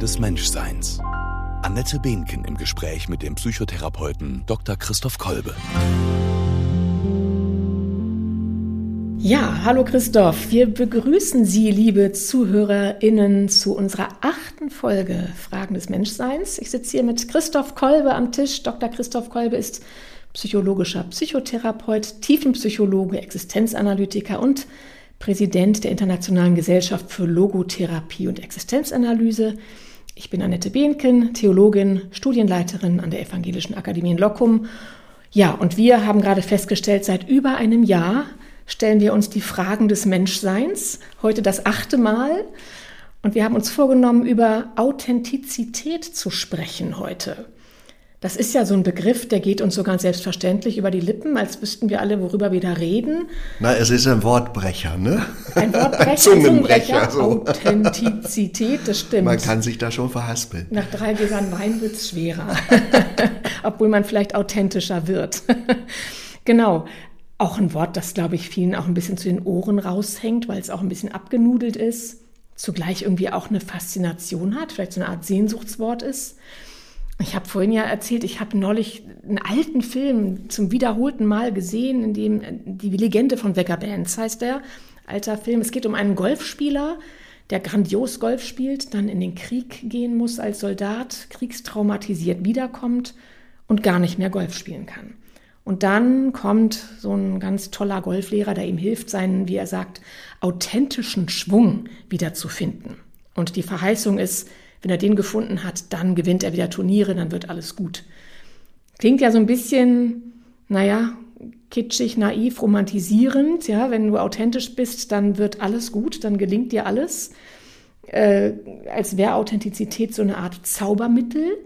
des Menschseins. Annette Behnken im Gespräch mit dem Psychotherapeuten Dr. Christoph Kolbe. Ja, hallo Christoph. Wir begrüßen Sie, liebe ZuhörerInnen, zu unserer 8. Folge Fragen des Menschseins. Ich sitze hier mit Christoph Kolbe am Tisch. Dr. Christoph Kolbe ist psychologischer Psychotherapeut, Tiefenpsychologe, Existenzanalytiker und Präsident der Internationalen Gesellschaft für Logotherapie und Existenzanalyse. Ich bin Annette Behnken, Theologin, Studienleiterin an der Evangelischen Akademie in Loccum. Ja, und wir haben gerade festgestellt, seit über einem Jahr stellen wir uns die Fragen des Menschseins, heute das 8. Mal. Und wir haben uns vorgenommen, über Authentizität zu sprechen heute. Das ist ja so ein Begriff, der geht uns so ganz selbstverständlich über die Lippen, als wüssten wir alle, worüber wir da reden. Na, es ist ein Wortbrecher, ne? Ein Wortbrecher, Zungenbrecher, so. Authentizität, das stimmt. Man kann sich da schon verhaspeln. Nach 3 Gläsern Wein wird es schwerer, obwohl man vielleicht authentischer wird. Genau, auch ein Wort, das, glaube ich, vielen auch ein bisschen zu den Ohren raushängt, weil es auch ein bisschen abgenudelt ist, zugleich irgendwie auch eine Faszination hat, vielleicht so eine Art Sehnsuchtswort ist. Ich habe vorhin ja erzählt, ich habe neulich einen alten Film zum wiederholten Mal gesehen, in dem die Legende von Wecker Bands heißt der, alter Film. Es geht um einen Golfspieler, der grandios Golf spielt, dann in den Krieg gehen muss als Soldat, kriegstraumatisiert wiederkommt und gar nicht mehr Golf spielen kann. Und dann kommt so ein ganz toller Golflehrer, der ihm hilft, seinen, wie er sagt, authentischen Schwung wiederzufinden. Und die Verheißung ist, wenn er den gefunden hat, dann gewinnt er wieder Turniere, dann wird alles gut. Klingt ja so ein bisschen, kitschig, naiv, romantisierend. Ja, wenn du authentisch bist, dann wird alles gut, dann gelingt dir alles. Als wäre Authentizität so eine Art Zaubermittel.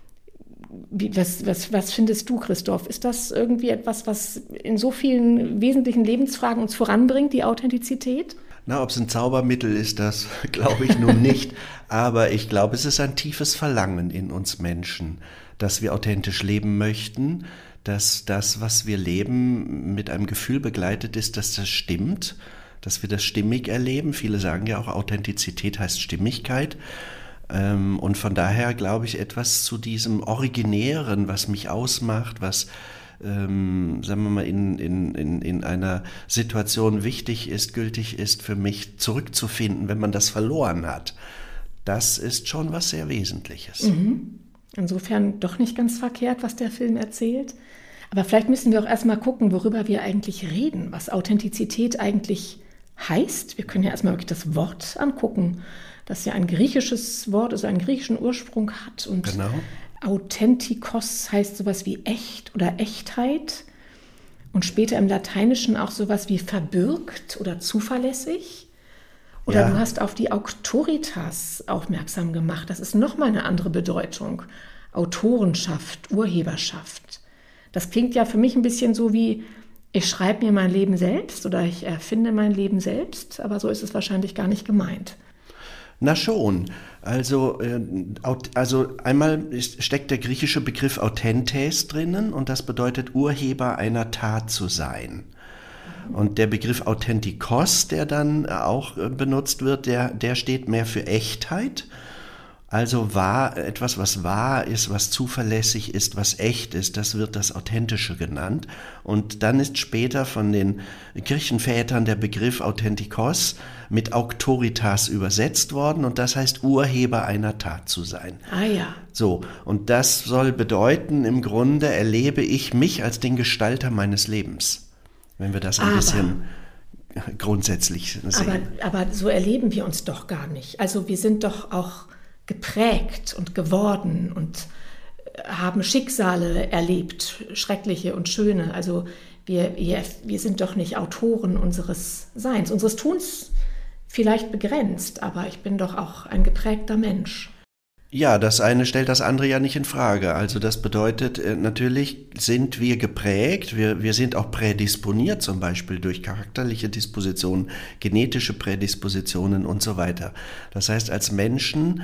Was findest du, Christoph? Ist das irgendwie etwas, was in so vielen wesentlichen Lebensfragen uns voranbringt, die Authentizität? Na, ob es ein Zaubermittel ist, das glaube ich nun nicht. Aber ich glaube, es ist ein tiefes Verlangen in uns Menschen, dass wir authentisch leben möchten, dass das, was wir leben, mit einem Gefühl begleitet ist, dass das stimmt, dass wir das stimmig erleben. Viele sagen ja auch, Authentizität heißt Stimmigkeit. Und von daher glaube ich, etwas zu diesem Originären, was mich ausmacht, was sagen wir mal, in einer Situation wichtig ist, gültig ist, für mich zurückzufinden, wenn man das verloren hat. Das ist schon was sehr Wesentliches. Mhm. Insofern doch nicht ganz verkehrt, was der Film erzählt. Aber vielleicht müssen wir auch erstmal gucken, worüber wir eigentlich reden, was Authentizität eigentlich heißt. Wir können ja erstmal wirklich das Wort angucken, das ja ein griechisches Wort, also einen griechischen Ursprung hat. Und genau. Authentikos heißt sowas wie echt oder Echtheit und später im Lateinischen auch sowas wie verbürgt oder zuverlässig. Oder ja. Du hast auf die Auctoritas aufmerksam gemacht. Das ist nochmal eine andere Bedeutung. Autorenschaft, Urheberschaft. Das klingt ja für mich ein bisschen so wie, ich schreibe mir mein Leben selbst oder ich erfinde mein Leben selbst, aber so ist es wahrscheinlich gar nicht gemeint. Na schon. Also einmal steckt der griechische Begriff authentes drinnen und das bedeutet Urheber einer Tat zu sein. Und der Begriff authentikos, der dann auch benutzt wird, der steht mehr für Echtheit. Also etwas, was wahr ist, was zuverlässig ist, was echt ist, das wird das Authentische genannt. Und dann ist später von den Kirchenvätern der Begriff Authentikos mit Auctoritas übersetzt worden und das heißt Urheber einer Tat zu sein. Ah ja. So, und das soll bedeuten, im Grunde erlebe ich mich als den Gestalter meines Lebens, wenn wir das ein bisschen grundsätzlich sehen. Aber so erleben wir uns doch gar nicht. Also wir sind doch auch geprägt und geworden und haben Schicksale erlebt, schreckliche und schöne. Also wir sind doch nicht Autoren unseres Seins, unseres Tuns vielleicht begrenzt, aber ich bin doch auch ein geprägter Mensch. Ja, das eine stellt das andere ja nicht in Frage. Also das bedeutet, natürlich sind wir geprägt, wir sind auch prädisponiert, zum Beispiel durch charakterliche Dispositionen, genetische Prädispositionen und so weiter. Das heißt, als Menschen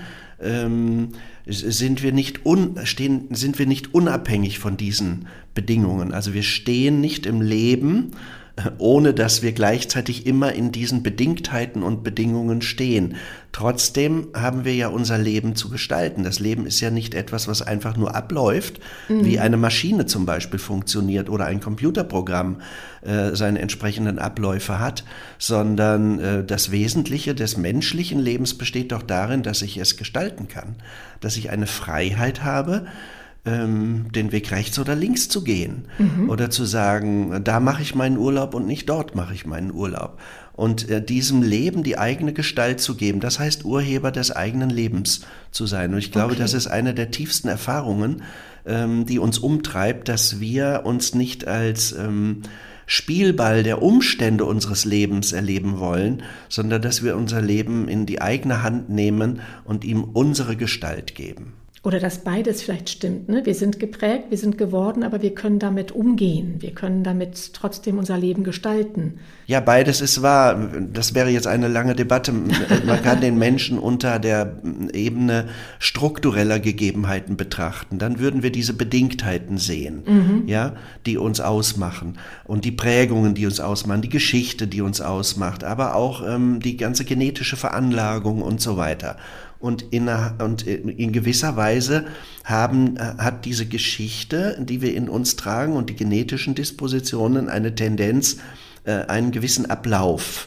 sind wir nicht unabhängig von diesen Bedingungen. Also wir stehen nicht im Leben ohne dass wir gleichzeitig immer in diesen Bedingtheiten und Bedingungen stehen. Trotzdem haben wir ja unser Leben zu gestalten. Das Leben ist ja nicht etwas, was einfach nur abläuft, wie eine Maschine zum Beispiel funktioniert oder ein Computerprogramm seine entsprechenden Abläufe hat, sondern das Wesentliche des menschlichen Lebens besteht doch darin, dass ich es gestalten kann, dass ich eine Freiheit habe, den Weg rechts oder links zu gehen oder zu sagen, da mache ich meinen Urlaub und nicht dort mache ich meinen Urlaub. Und diesem Leben die eigene Gestalt zu geben, das heißt Urheber des eigenen Lebens zu sein. Und ich glaube, das ist eine der tiefsten Erfahrungen, die uns umtreibt, dass wir uns nicht als Spielball der Umstände unseres Lebens erleben wollen, sondern dass wir unser Leben in die eigene Hand nehmen und ihm unsere Gestalt geben. Oder dass beides vielleicht stimmt, ne? Wir sind geprägt, wir sind geworden, aber wir können damit umgehen. Wir können damit trotzdem unser Leben gestalten. Ja, beides ist wahr. Das wäre jetzt eine lange Debatte. Man kann den Menschen unter der Ebene struktureller Gegebenheiten betrachten. Dann würden wir diese Bedingtheiten sehen, ja, die uns ausmachen und die Prägungen, die uns ausmachen, die Geschichte, die uns ausmacht, aber auch die ganze genetische Veranlagung und so weiter. Und in gewisser Weise hat diese Geschichte, die wir in uns tragen und die genetischen Dispositionen eine Tendenz, einen gewissen Ablauf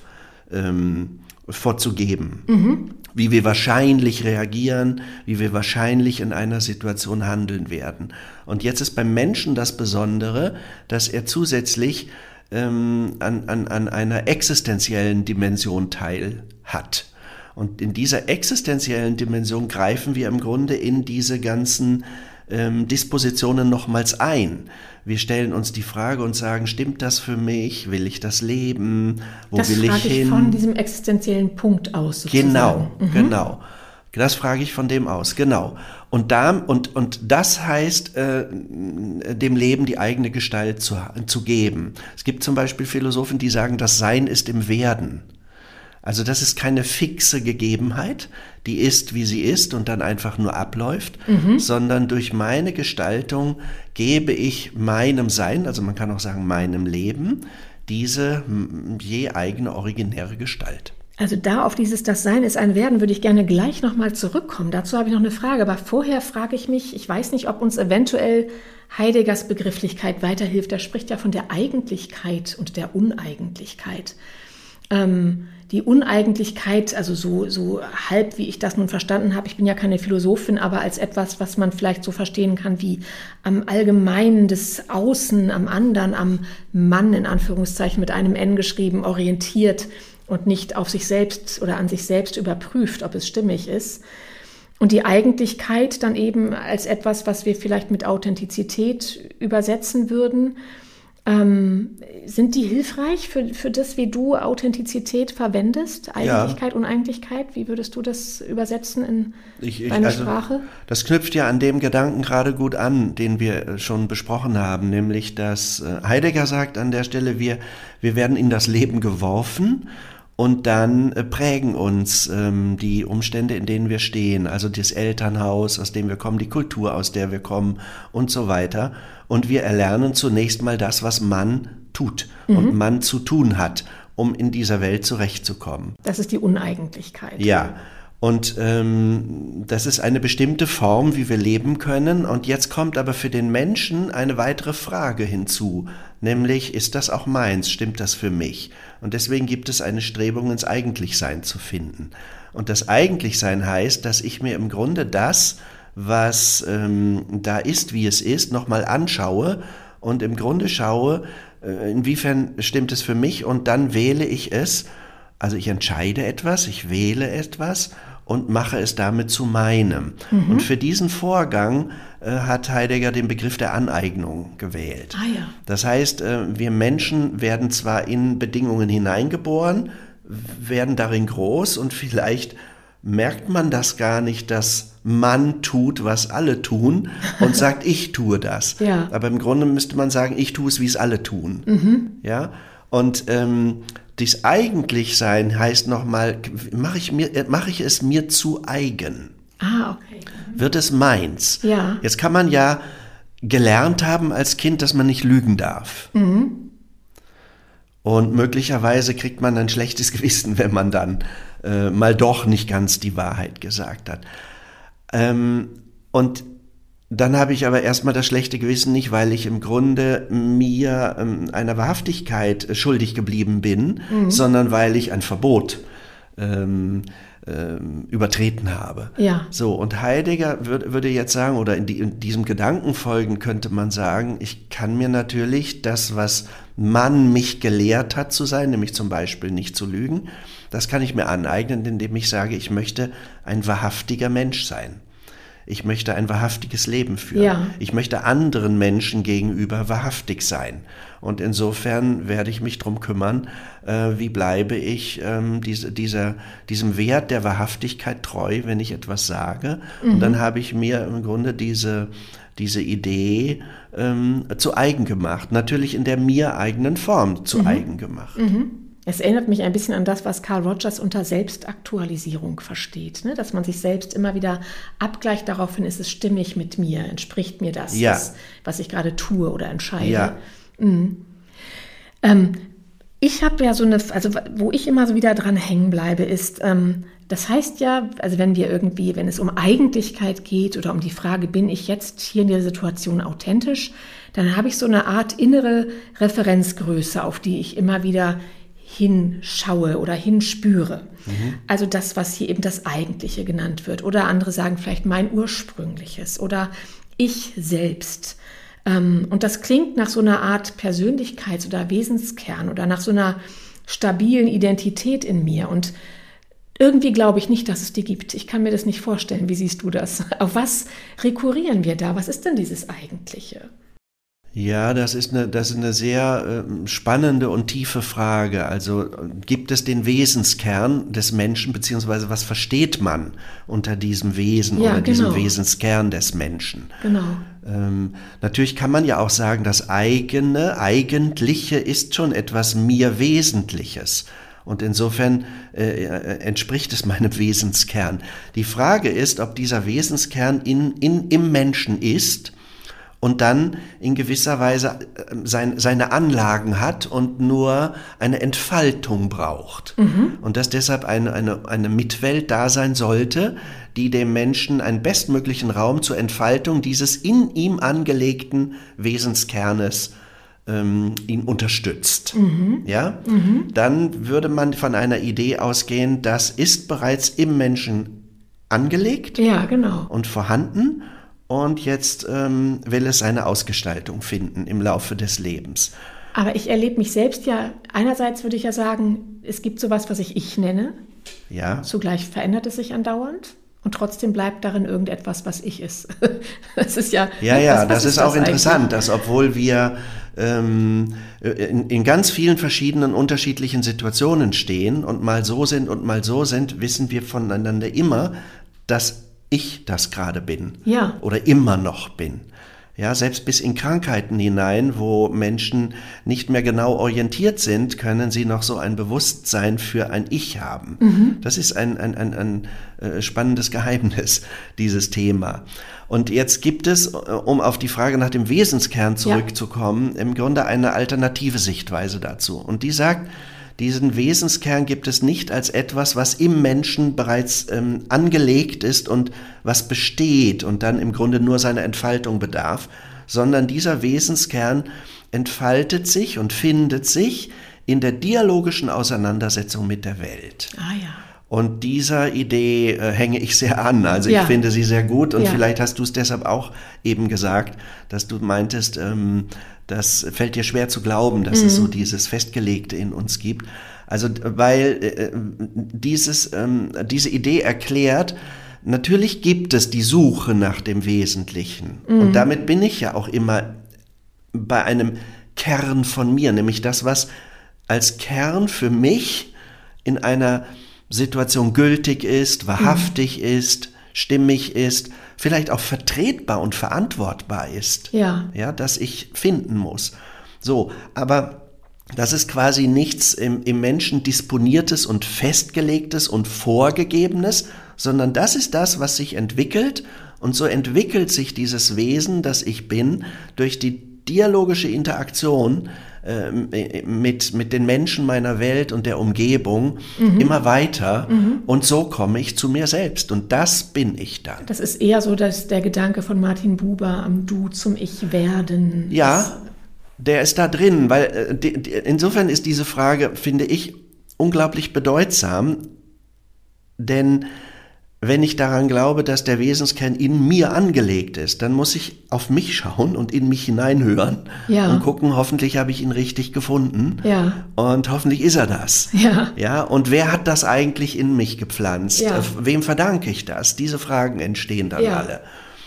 vorzugeben. Wie wir wahrscheinlich reagieren, wie wir wahrscheinlich in einer Situation handeln werden. Und jetzt ist beim Menschen das Besondere, dass er zusätzlich an einer existenziellen Dimension teil hat. Und in dieser existenziellen Dimension greifen wir im Grunde in diese ganzen Dispositionen nochmals ein. Wir stellen uns die Frage und sagen, stimmt das für mich? Will ich das leben? Wo will ich hin? Das frage ich von diesem existenziellen Punkt aus sozusagen. Genau. Das frage ich von dem aus, genau. Und das heißt, dem Leben die eigene Gestalt zu geben. Es gibt zum Beispiel Philosophen, die sagen, das Sein ist im Werden. Also das ist keine fixe Gegebenheit, die ist, wie sie ist und dann einfach nur abläuft, sondern durch meine Gestaltung gebe ich meinem Sein, also man kann auch sagen meinem Leben, diese je eigene originäre Gestalt. Also da auf dieses Das Sein ist ein Werden würde ich gerne gleich nochmal zurückkommen. Dazu habe ich noch eine Frage, aber vorher frage ich mich, ich weiß nicht, ob uns eventuell Heideggers Begrifflichkeit weiterhilft. Er spricht ja von der Eigentlichkeit und der Uneigentlichkeit. Die Uneigentlichkeit, also so halb, wie ich das nun verstanden habe, ich bin ja keine Philosophin, aber als etwas, was man vielleicht so verstehen kann wie am Allgemeinen des Außen, am anderen, am Mann, in Anführungszeichen mit einem N geschrieben, orientiert und nicht auf sich selbst oder an sich selbst überprüft, ob es stimmig ist. Und die Eigentlichkeit dann eben als etwas, was wir vielleicht mit Authentizität übersetzen würden. Sind die hilfreich für das, wie du Authentizität verwendest? Eigentlichkeit, ja. Uneigentlichkeit? Wie würdest du das übersetzen in deine Sprache? Das knüpft ja an dem Gedanken gerade gut an, den wir schon besprochen haben, nämlich, dass Heidegger sagt an der Stelle, wir werden in das Leben geworfen und dann prägen uns die Umstände, in denen wir stehen, also das Elternhaus, aus dem wir kommen, die Kultur, aus der wir kommen und so weiter. Und wir erlernen zunächst mal das, was man tut und man zu tun hat, um in dieser Welt zurechtzukommen. Das ist die Uneigentlichkeit. Ja, und das ist eine bestimmte Form, wie wir leben können. Und jetzt kommt aber für den Menschen eine weitere Frage hinzu, nämlich, ist das auch meins? Stimmt das für mich? Und deswegen gibt es eine Strebung, ins Eigentlichsein zu finden. Und das Eigentlichsein heißt, dass ich mir im Grunde das, was da ist, wie es ist, nochmal anschaue und im Grunde schaue, inwiefern stimmt es für mich, und dann wähle ich es. Also ich entscheide etwas, ich wähle etwas und mache es damit zu meinem. Und für diesen Vorgang hat Heidegger den Begriff der Aneignung gewählt. Ah, ja. Das heißt, wir Menschen werden zwar in Bedingungen hineingeboren, werden darin groß und vielleicht merkt man das gar nicht, dass man tut, was alle tun und sagt, ich tue das. Ja. Aber im Grunde müsste man sagen, ich tue es, wie es alle tun. Ja? Und dies Eigentlichsein heißt nochmal, mache ich es mir zu eigen. Ah, okay. Wird es meins? Ja. Jetzt kann man ja gelernt haben als Kind, dass man nicht lügen darf. Und möglicherweise kriegt man ein schlechtes Gewissen, wenn man dann mal doch nicht ganz die Wahrheit gesagt hat. Und dann habe ich aber erstmal das schlechte Gewissen nicht, weil ich im Grunde mir einer Wahrhaftigkeit schuldig geblieben bin, sondern weil ich ein Verbot übertreten habe. Ja. So, und Heidegger würde jetzt sagen, oder in diesem Gedanken folgen könnte man sagen, ich kann mir natürlich das, was man mich gelehrt hat zu sein, nämlich zum Beispiel nicht zu lügen, das kann ich mir aneignen, indem ich sage, ich möchte ein wahrhaftiger Mensch sein. Ich möchte ein wahrhaftiges Leben führen. Ja. Ich möchte anderen Menschen gegenüber wahrhaftig sein. Und insofern werde ich mich darum kümmern, wie bleibe ich diesem Wert der Wahrhaftigkeit treu, wenn ich etwas sage. Und dann habe ich mir im Grunde diese Idee zu eigen gemacht. Natürlich in der mir eigenen Form zu eigen gemacht. Es erinnert mich ein bisschen an das, was Carl Rogers unter Selbstaktualisierung versteht, ne? Dass man sich selbst immer wieder abgleicht daraufhin, ist es stimmig mit mir, entspricht mir das, was ich gerade tue oder entscheide. Ja. Ich habe ja wo ich immer so wieder dran hängen bleibe, ist, das heißt ja, also wenn es um Eigentlichkeit geht oder um die Frage, bin ich jetzt hier in der Situation authentisch, dann habe ich so eine Art innere Referenzgröße, auf die ich immer wieder hinschaue oder hinspüre. Also das, was hier eben das Eigentliche genannt wird. Oder andere sagen vielleicht mein Ursprüngliches oder ich selbst. Und das klingt nach so einer Art Persönlichkeits- oder Wesenskern oder nach so einer stabilen Identität in mir. Und irgendwie glaube ich nicht, dass es die gibt. Ich kann mir das nicht vorstellen. Wie siehst du das? Auf was rekurrieren wir da? Was ist denn dieses Eigentliche? Ja, das ist eine sehr spannende und tiefe Frage. Also gibt es den Wesenskern des Menschen, beziehungsweise was versteht man unter diesem Wesen oder diesem Wesenskern des Menschen? Genau. Natürlich kann man ja auch sagen, das Eigentliche ist schon etwas mir Wesentliches. Und insofern entspricht es meinem Wesenskern. Die Frage ist, ob dieser Wesenskern im Menschen ist und dann in gewisser Weise seine Anlagen hat und nur eine Entfaltung braucht. Und dass deshalb eine Mitwelt da sein sollte, die dem Menschen einen bestmöglichen Raum zur Entfaltung dieses in ihm angelegten Wesenskernes ihn unterstützt. Ja? Dann würde man von einer Idee ausgehen, das ist bereits im Menschen angelegt und vorhanden. Und jetzt will es seine Ausgestaltung finden im Laufe des Lebens. Aber ich erlebe mich selbst ja, einerseits würde ich ja sagen, es gibt sowas, was ich nenne. Ja. Zugleich verändert es sich andauernd. Und trotzdem bleibt darin irgendetwas, was ich ist. Das ist ja. Das ist auch interessant, dass obwohl wir in ganz vielen verschiedenen unterschiedlichen Situationen stehen und mal so sind und mal so sind, wissen wir voneinander immer, dass ich das gerade bin oder immer noch bin. Ja, selbst bis in Krankheiten hinein, wo Menschen nicht mehr genau orientiert sind, können sie noch so ein Bewusstsein für ein Ich haben. Das ist ein spannendes Geheimnis, dieses Thema. Und jetzt gibt es, um auf die Frage nach dem Wesenskern zurückzukommen, im Grunde eine alternative Sichtweise dazu. Und die sagt, diesen Wesenskern gibt es nicht als etwas, was im Menschen bereits angelegt ist und was besteht und dann im Grunde nur seiner Entfaltung bedarf, sondern dieser Wesenskern entfaltet sich und findet sich in der dialogischen Auseinandersetzung mit der Welt. Und dieser Idee hänge ich sehr an. Also ich finde sie sehr gut und vielleicht hast du es deshalb auch eben gesagt, dass du meintest, das fällt dir schwer zu glauben, dass es so dieses Festgelegte in uns gibt. Also weil diese Idee erklärt, natürlich gibt es die Suche nach dem Wesentlichen. Und damit bin ich ja auch immer bei einem Kern von mir, nämlich das, was als Kern für mich in einer Situation gültig ist, wahrhaftig ist, stimmig ist, vielleicht auch vertretbar und verantwortbar ist, das ich finden muss. So, aber das ist quasi nichts im Menschen Disponiertes und Festgelegtes und Vorgegebenes, sondern das ist das, was sich entwickelt und so entwickelt sich dieses Wesen, das ich bin, durch die dialogische Interaktion mit den Menschen meiner Welt und der Umgebung immer weiter und so komme ich zu mir selbst und das bin ich dann. Das ist eher so, dass der Gedanke von Martin Buber am Du zum Ich werden. Ja, der ist da drin, weil insofern ist diese Frage, finde ich, unglaublich bedeutsam, denn wenn ich daran glaube, dass der Wesenskern in mir angelegt ist, dann muss ich auf mich schauen und in mich hineinhören und gucken, hoffentlich habe ich ihn richtig gefunden und hoffentlich ist er das. Ja, und wer hat das eigentlich in mich gepflanzt? Wem verdanke ich das? Diese Fragen entstehen dann alle.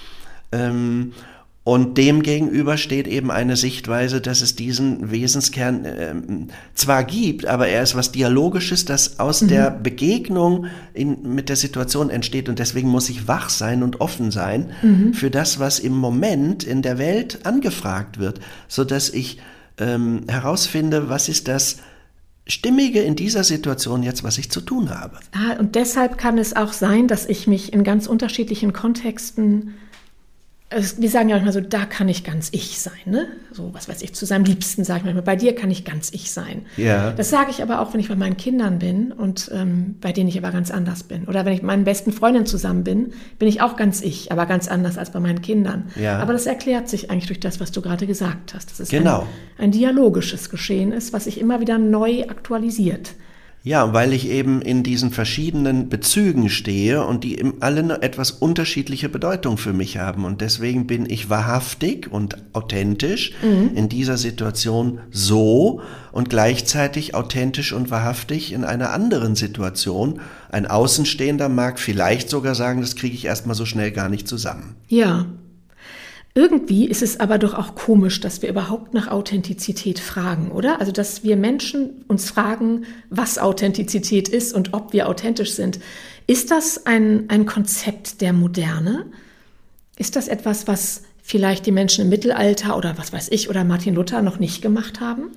Und dem gegenüber steht eben eine Sichtweise, dass es diesen Wesenskern zwar gibt, aber er ist was Dialogisches, das aus der Begegnung mit der Situation entsteht. Und deswegen muss ich wach sein und offen sein für das, was im Moment in der Welt angefragt wird, sodass ich herausfinde, was ist das Stimmige in dieser Situation jetzt, was ich zu tun habe. Und deshalb kann es auch sein, dass ich mich in ganz unterschiedlichen Kontexten, wir sagen ja manchmal so, da kann ich ganz ich sein, ne? So, was weiß ich, zu seinem Liebsten sage ich manchmal, bei dir kann ich ganz ich sein. Ja. Das sage ich aber auch, wenn ich bei meinen Kindern bin und bei denen ich aber ganz anders bin. Oder wenn ich mit meinen besten Freundinnen zusammen bin ich auch ganz ich, aber ganz anders als bei meinen Kindern. Ja. Aber das erklärt sich eigentlich durch das, was du gerade gesagt hast. Dass es genau. ein dialogisches Geschehen ist, was sich immer wieder neu aktualisiert. Ja, weil ich eben in diesen verschiedenen Bezügen stehe und die alle eine etwas unterschiedliche Bedeutung für mich haben. Und deswegen bin ich wahrhaftig und authentisch in dieser Situation so und gleichzeitig authentisch und wahrhaftig in einer anderen Situation. Ein Außenstehender mag vielleicht sogar sagen, das kriege ich erstmal so schnell gar nicht zusammen. Ja. Irgendwie ist es aber doch auch komisch, dass wir überhaupt nach Authentizität fragen, oder? Also, dass wir Menschen uns fragen, was Authentizität ist und ob wir authentisch sind. Ist das ein Konzept der Moderne? Ist das etwas, was vielleicht die Menschen im Mittelalter oder was weiß ich oder Martin Luther noch nicht gemacht haben?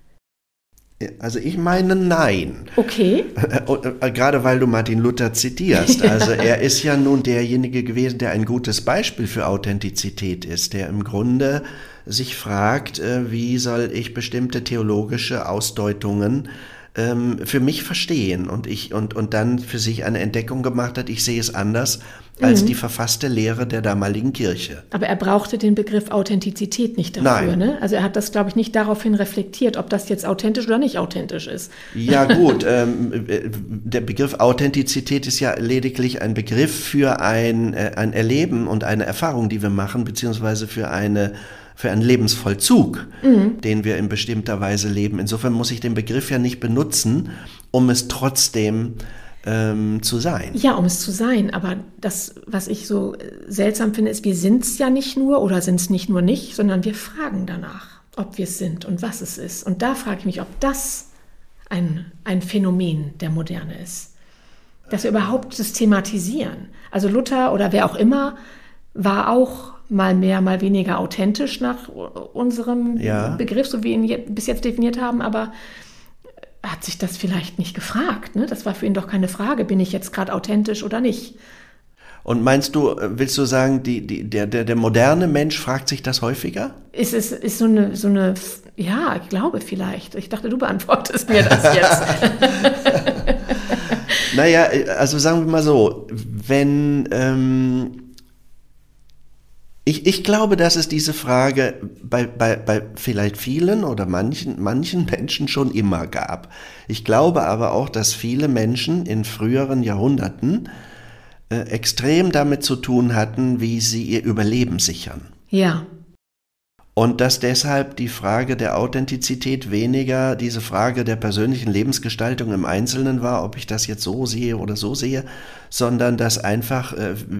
Also ich meine nein. Okay. Gerade weil du Martin Luther zitierst. Also er ist ja nun derjenige gewesen, der ein gutes Beispiel für Authentizität ist, der im Grunde sich fragt, wie soll ich bestimmte theologische Ausdeutungen für mich verstehen und dann für sich eine Entdeckung gemacht hat, ich sehe es anders als die verfasste Lehre der damaligen Kirche. Aber er brauchte den Begriff Authentizität nicht dafür, Nein. Ne? Also er hat das, glaube ich, nicht daraufhin reflektiert, ob das jetzt authentisch oder nicht authentisch ist. Ja gut, der Begriff Authentizität ist ja lediglich ein Begriff für ein Erleben und eine Erfahrung, die wir machen, beziehungsweise für einen Lebensvollzug, den wir in bestimmter Weise leben. Insofern muss ich den Begriff ja nicht benutzen, um es trotzdem zu sein. Ja, um es zu sein. Aber das, was ich so seltsam finde, ist, wir sind es ja nicht nur oder sind es nicht nur nicht, sondern wir fragen danach, ob wir es sind und was es ist. Und da frage ich mich, ob das ein Phänomen der Moderne ist. Dass wir überhaupt das thematisieren. Also Luther oder wer auch immer war auch mal mehr, mal weniger authentisch nach unserem Begriff, so wie wir ihn bis jetzt definiert haben, aber hat sich das vielleicht nicht gefragt, ne? Das war für ihn doch keine Frage, bin ich jetzt gerade authentisch oder nicht? Und willst du sagen, der moderne Mensch fragt sich das häufiger? Ist so eine, ja, ich glaube vielleicht. Ich dachte, du beantwortest mir das jetzt. Naja, also sagen wir mal so, wenn Ich glaube, dass es diese Frage bei vielleicht vielen oder manchen Menschen schon immer gab. Ich glaube aber auch, dass viele Menschen in früheren Jahrhunderten extrem damit zu tun hatten, wie sie ihr Überleben sichern. Ja. Und dass deshalb die Frage der Authentizität weniger diese Frage der persönlichen Lebensgestaltung im Einzelnen war, ob ich das jetzt so sehe oder so sehe, sondern dass einfach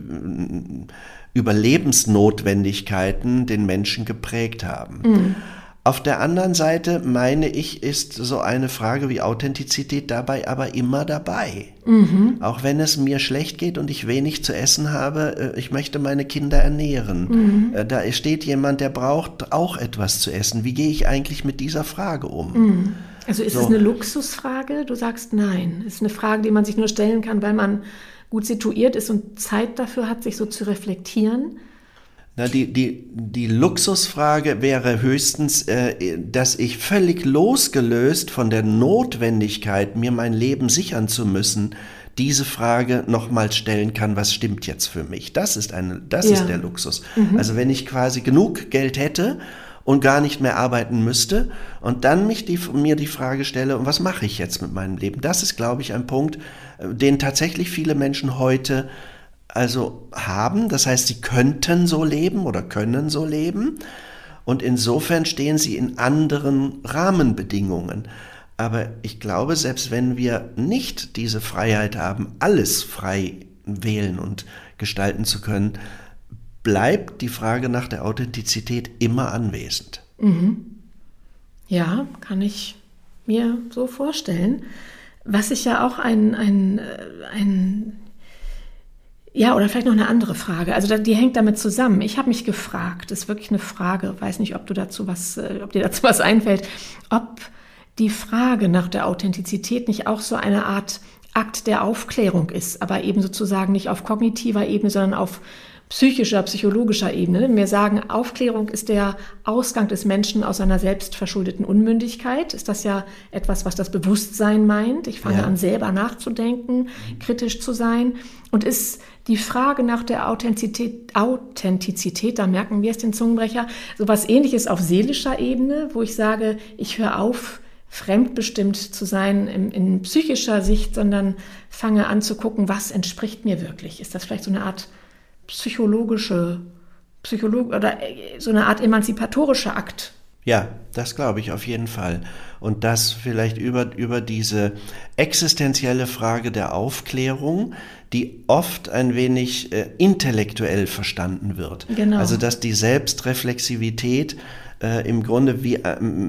Überlebensnotwendigkeiten den Menschen geprägt haben. Auf der anderen Seite, meine ich, ist so eine Frage wie Authentizität dabei aber immer dabei. Auch wenn es mir schlecht geht und ich wenig zu essen habe, ich möchte meine Kinder ernähren. Da steht jemand, der braucht auch etwas zu essen. Wie gehe ich eigentlich mit dieser Frage um? Also ist es eine Luxusfrage? Du sagst nein. Es ist eine Frage, die man sich nur stellen kann, weil man gut situiert ist und Zeit dafür hat, sich so zu reflektieren. Na, die Luxusfrage wäre höchstens, dass ich völlig losgelöst von der Notwendigkeit, mir mein Leben sichern zu müssen, diese Frage nochmals stellen kann, was stimmt jetzt für mich? Das ist der Luxus. Also wenn ich quasi genug Geld hätte und gar nicht mehr arbeiten müsste und dann mir die Frage stelle, was mache ich jetzt mit meinem Leben? Das ist, glaube ich, ein Punkt, den tatsächlich viele Menschen heute also haben. Das heißt, sie könnten so leben oder können so leben und insofern stehen sie in anderen Rahmenbedingungen. Aber ich glaube, selbst wenn wir nicht diese Freiheit haben, alles frei wählen und gestalten zu können, bleibt die Frage nach der Authentizität immer anwesend. Ja, kann ich mir so vorstellen. Was ich ja auch ja, oder vielleicht noch eine andere Frage. Also die hängt damit zusammen. Ich habe mich gefragt, das ist wirklich eine Frage, weiß nicht, ob dir dazu was einfällt, ob die Frage nach der Authentizität nicht auch so eine Art Akt der Aufklärung ist, aber eben sozusagen nicht auf kognitiver Ebene, sondern auf psychologischer Ebene. Wir sagen, Aufklärung ist der Ausgang des Menschen aus seiner selbstverschuldeten Unmündigkeit. Ist das ja etwas, was das Bewusstsein meint. Ich fange an, selber nachzudenken, kritisch zu sein. Und ist die Frage nach der Authentizität, da merken wir es, den Zungenbrecher, so was Ähnliches auf seelischer Ebene, wo ich sage, ich höre auf, fremdbestimmt zu sein in psychischer Sicht, sondern fange an zu gucken, was entspricht mir wirklich. Ist das vielleicht so eine Art psychologische oder so eine Art emanzipatorischer Akt? Ja, das glaube ich auf jeden Fall. Und das vielleicht über diese existenzielle Frage der Aufklärung, die oft ein wenig intellektuell verstanden wird. Genau. Also dass die Selbstreflexivität im Grunde wie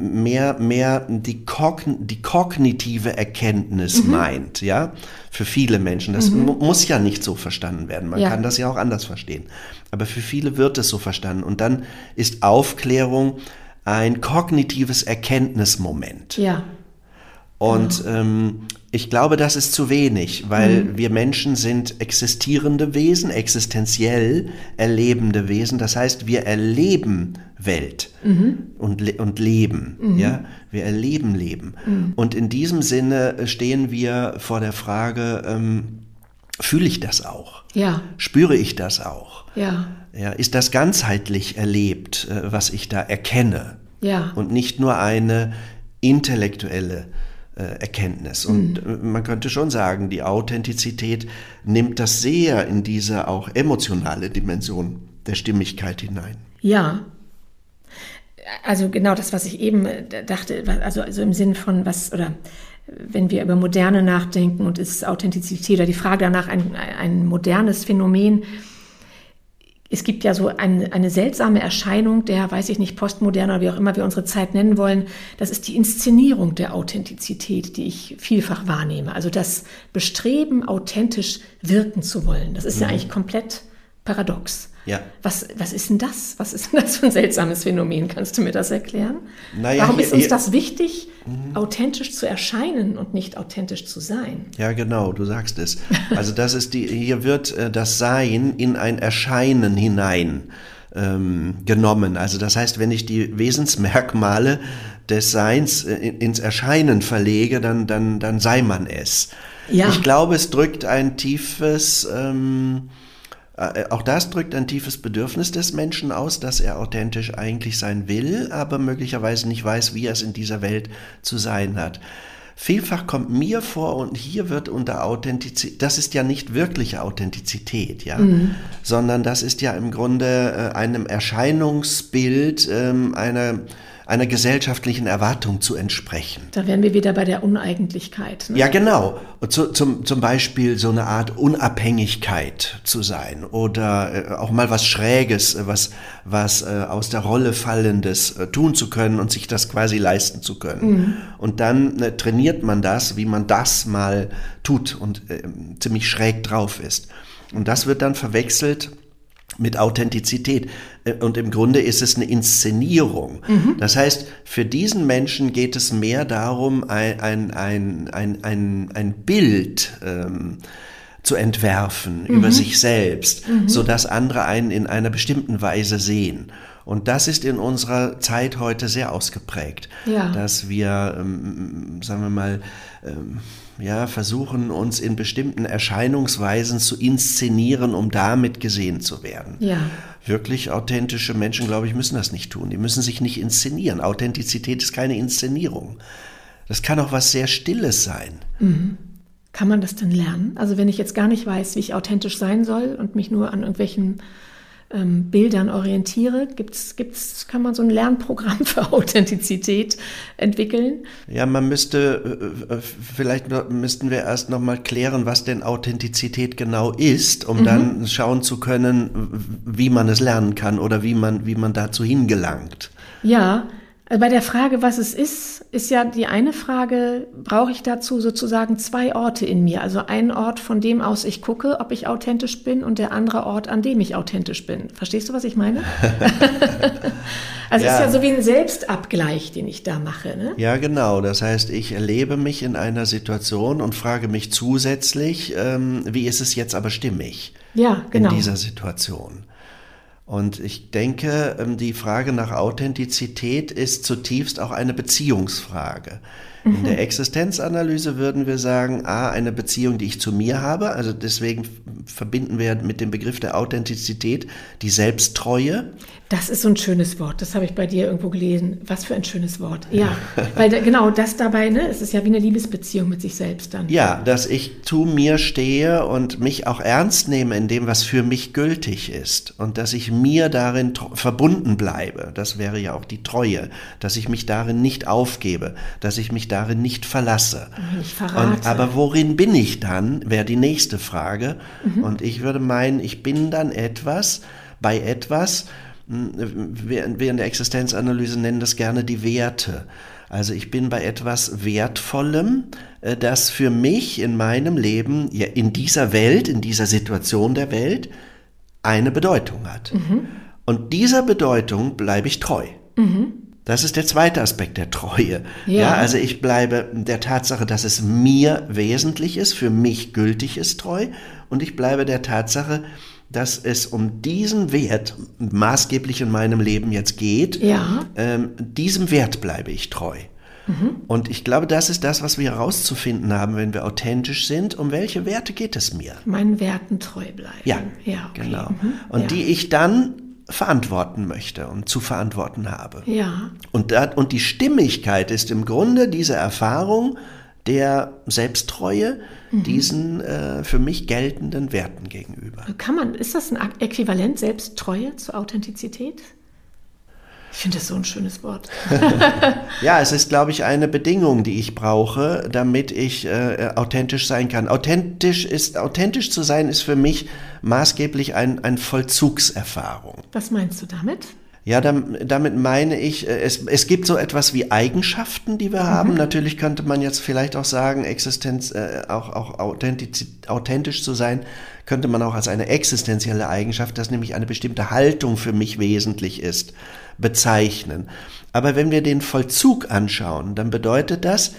mehr die kognitive Erkenntnis meint, ja, für viele Menschen. Das muss ja nicht so verstanden werden. Man kann das ja auch anders verstehen. Aber für viele wird es so verstanden. Und dann ist Aufklärung ein kognitives Erkenntnismoment. Ja. Und ich glaube, das ist zu wenig, weil wir Menschen sind existierende Wesen, existenziell erlebende Wesen. Das heißt, wir erleben Welt und Leben. Ja? Wir erleben Leben. Und in diesem Sinne stehen wir vor der Frage, fühle ich das auch? Ja. Spüre ich das auch? Ja. Ja, ist das ganzheitlich erlebt, was ich da erkenne? Ja. Und nicht nur eine intellektuelle Erkenntnis. Und man könnte schon sagen, die Authentizität nimmt das sehr in diese auch emotionale Dimension der Stimmigkeit hinein. Ja. Also genau das, was ich eben dachte, also im Sinn von wenn wir über Moderne nachdenken und ist Authentizität oder die Frage danach ein modernes Phänomen. Es gibt ja so eine seltsame Erscheinung der, weiß ich nicht, postmoderne oder wie auch immer wir unsere Zeit nennen wollen. Das ist die Inszenierung der Authentizität, die ich vielfach wahrnehme. Also das Bestreben, authentisch wirken zu wollen. Das ist ja eigentlich komplett paradox. Ja. Was ist denn das? Was ist denn das für ein seltsames Phänomen? Kannst du mir das erklären? Naja, warum ist uns das wichtig, authentisch zu erscheinen und nicht authentisch zu sein? Ja, genau, du sagst es. Also hier wird das Sein in ein Erscheinen hinein genommen. Also das heißt, wenn ich die Wesensmerkmale des Seins ins Erscheinen verlege, dann sei man es. Ja. Ich glaube, es drückt ein tiefes auch das drückt ein tiefes Bedürfnis des Menschen aus, dass er authentisch eigentlich sein will, aber möglicherweise nicht weiß, wie er es in dieser Welt zu sein hat. Vielfach kommt mir vor, und hier wird unter Authentizität, das ist ja nicht wirkliche Authentizität, ja, sondern das ist ja im Grunde einem Erscheinungsbild einer gesellschaftlichen Erwartung zu entsprechen. Da wären wir wieder bei der Uneigentlichkeit. Ne? Ja, genau. Zum Beispiel so eine Art Unabhängigkeit zu sein oder auch mal was Schräges, was aus der Rolle Fallendes tun zu können und sich das quasi leisten zu können. Und dann trainiert man das, wie man das mal tut und ziemlich schräg drauf ist. Und das wird dann verwechselt mit Authentizität. Und im Grunde ist es eine Inszenierung. Das heißt, für diesen Menschen geht es mehr darum, ein Bild zu entwerfen über sich selbst, sodass andere einen in einer bestimmten Weise sehen. Und das ist in unserer Zeit heute sehr ausgeprägt, dass wir, sagen wir mal, versuchen, uns in bestimmten Erscheinungsweisen zu inszenieren, um damit gesehen zu werden. Ja. Wirklich authentische Menschen, glaube ich, müssen das nicht tun. Die müssen sich nicht inszenieren. Authentizität ist keine Inszenierung. Das kann auch was sehr Stilles sein. Kann man das denn lernen? Also wenn ich jetzt gar nicht weiß, wie ich authentisch sein soll und mich nur an irgendwelchen Bildern orientiere, kann man so ein Lernprogramm für Authentizität entwickeln? Ja, vielleicht müssten wir erst noch mal klären, was denn Authentizität genau ist, um dann schauen zu können, wie man es lernen kann oder wie man dazu hingelangt. Ja, also bei der Frage, was es ist ja die eine Frage, brauche ich dazu sozusagen 2 Orte in mir? Also ein Ort, von dem aus ich gucke, ob ich authentisch bin, und der andere Ort, an dem ich authentisch bin. Verstehst du, was ich meine? Also es ist ja so wie ein Selbstabgleich, den ich da mache, ne? Ja, genau. Das heißt, ich erlebe mich in einer Situation und frage mich zusätzlich, wie ist es jetzt aber stimmig in dieser Situation? Und ich denke, die Frage nach Authentizität ist zutiefst auch eine Beziehungsfrage. In der Existenzanalyse würden wir sagen, eine Beziehung, die ich zu mir habe, also deswegen verbinden wir mit dem Begriff der Authentizität die Selbsttreue. Das ist so ein schönes Wort, das habe ich bei dir irgendwo gelesen. Was für ein schönes Wort. Ja, weil genau das dabei, ne, es ist ja wie eine Liebesbeziehung mit sich selbst dann. Ja, dass ich zu mir stehe und mich auch ernst nehme in dem, was für mich gültig ist, und dass ich mir darin verbunden bleibe. Das wäre ja auch die Treue, dass ich mich darin nicht aufgebe, dass ich mich darin nicht verlasse. Ich verrate. Aber worin bin ich dann, wäre die nächste Frage. Und ich würde meinen, ich bin dann bei etwas, wir in der Existenzanalyse nennen das gerne die Werte. Also ich bin bei etwas Wertvollem, das für mich in meinem Leben, in dieser Welt, in dieser Situation der Welt, eine Bedeutung hat. Und dieser Bedeutung bleibe ich treu. Das ist der zweite Aspekt der Treue. Ja, also ich bleibe der Tatsache, dass es mir wesentlich ist, für mich gültig ist, treu. Und ich bleibe der Tatsache, dass es um diesen Wert maßgeblich in meinem Leben jetzt geht. Diesem Wert bleibe ich treu. Und ich glaube, das ist das, was wir herauszufinden haben, wenn wir authentisch sind. Um welche Werte geht es mir? Meinen Werten treu bleiben. Ja, okay. Genau. Und die ich dann verantworten möchte und zu verantworten habe. Ja. Und die Stimmigkeit ist im Grunde diese Erfahrung der Selbsttreue, diesen für mich geltenden Werten gegenüber. Ist das ein Äquivalent, Selbsttreue zur Authentizität? Ich finde das so ein schönes Wort. Ja, es ist, glaube ich, eine Bedingung, die ich brauche, damit ich authentisch sein kann. Authentisch zu sein ist für mich maßgeblich eine Vollzugserfahrung. Was meinst du damit? Ja, damit meine ich, es gibt so etwas wie Eigenschaften, die wir haben. Natürlich könnte man jetzt vielleicht auch sagen, auch authentisch zu sein, könnte man auch als eine existenzielle Eigenschaft, dass nämlich eine bestimmte Haltung für mich wesentlich ist, bezeichnen. Aber wenn wir den Vollzug anschauen, dann bedeutet das,